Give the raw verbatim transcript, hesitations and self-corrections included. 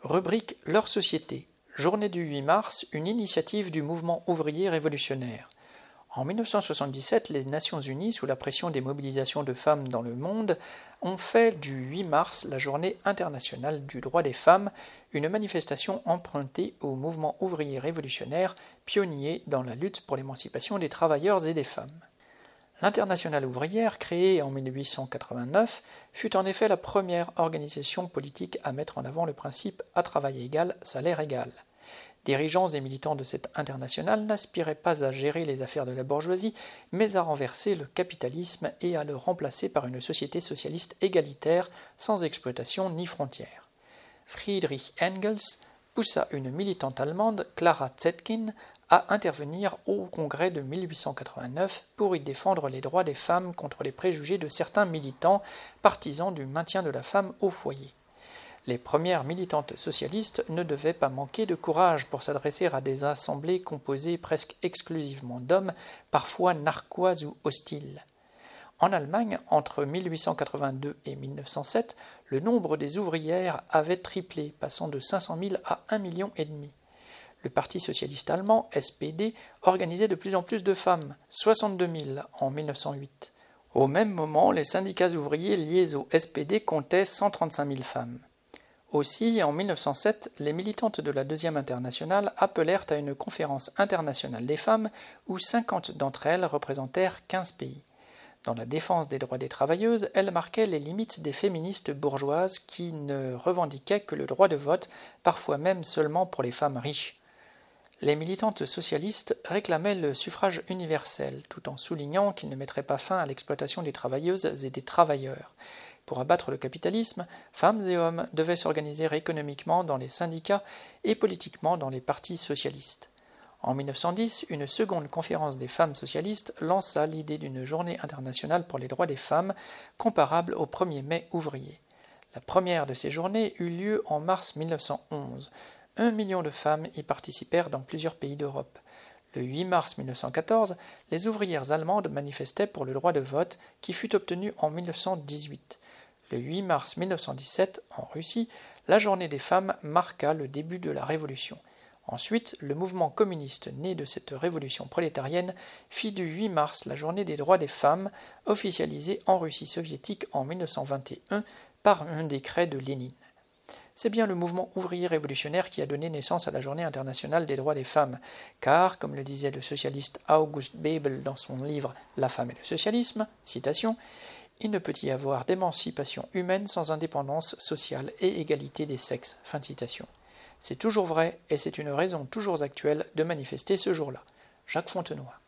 Rubrique Leur société. Journée du huit mars, une initiative du mouvement ouvrier révolutionnaire. En mille neuf cent soixante-dix-sept, les Nations Unies, sous la pression des mobilisations de femmes dans le monde, ont fait du huit mars la journée internationale du droit des femmes, une manifestation empruntée au mouvement ouvrier révolutionnaire, pionnier dans la lutte pour l'émancipation des travailleurs et des femmes. L'Internationale ouvrière, créée en mille huit cent quatre-vingt-neuf, fut en effet la première organisation politique à mettre en avant le principe « à travail égal, salaire égal ». Dirigeants et militants de cette internationale n'aspiraient pas à gérer les affaires de la bourgeoisie, mais à renverser le capitalisme et à le remplacer par une société socialiste égalitaire, sans exploitation ni frontières. Friedrich Engels poussa une militante allemande, Clara Zetkin, à intervenir au congrès de mille huit cent quatre-vingt-neuf pour y défendre les droits des femmes contre les préjugés de certains militants partisans du maintien de la femme au foyer. Les premières militantes socialistes ne devaient pas manquer de courage pour s'adresser à des assemblées composées presque exclusivement d'hommes, parfois narquois ou hostiles. En Allemagne, entre mille huit cent quatre-vingt-deux et mille neuf cent sept, le nombre des ouvrières avait triplé, passant de cinq cent mille à un million et demi. Le Parti socialiste allemand, S P D, organisait de plus en plus de femmes, soixante-deux mille en mille neuf cent huit. Au même moment, les syndicats ouvriers liés au S P D comptaient cent trente-cinq mille femmes. Aussi, en mille neuf cent sept, les militantes de la Deuxième Internationale appelèrent à une conférence internationale des femmes où cinquante d'entre elles représentèrent quinze pays. Dans la défense des droits des travailleuses, elles marquaient les limites des féministes bourgeoises qui ne revendiquaient que le droit de vote, parfois même seulement pour les femmes riches. Les militantes socialistes réclamaient le suffrage universel, tout en soulignant qu'ils ne mettraient pas fin à l'exploitation des travailleuses et des travailleurs. Pour abattre le capitalisme, femmes et hommes devaient s'organiser économiquement dans les syndicats et politiquement dans les partis socialistes. En mille neuf cent dix, une seconde conférence des femmes socialistes lança l'idée d'une journée internationale pour les droits des femmes, comparable au premier mai ouvrier. La première de ces journées eut lieu en mars mille neuf cent onze. Un million de femmes y participèrent dans plusieurs pays d'Europe. Le huit mars mille neuf cent quatorze, les ouvrières allemandes manifestaient pour le droit de vote qui fut obtenu en mille neuf cent dix-huit. Le huit mars mille neuf cent dix-sept, en Russie, la journée des femmes marqua le début de la révolution. Ensuite, le mouvement communiste né de cette révolution prolétarienne fit du huit mars la journée des droits des femmes, officialisée en Russie soviétique en mille neuf cent vingt et un par un décret de Lénine. C'est bien le mouvement ouvrier révolutionnaire qui a donné naissance à la Journée internationale des droits des femmes, car, comme le disait le socialiste August Bebel dans son livre « La femme et le socialisme », citation, « Il ne peut y avoir d'émancipation humaine sans indépendance sociale et égalité des sexes ». Fin de citation. C'est toujours vrai et c'est une raison toujours actuelle de manifester ce jour-là. Jacques Fontenoy.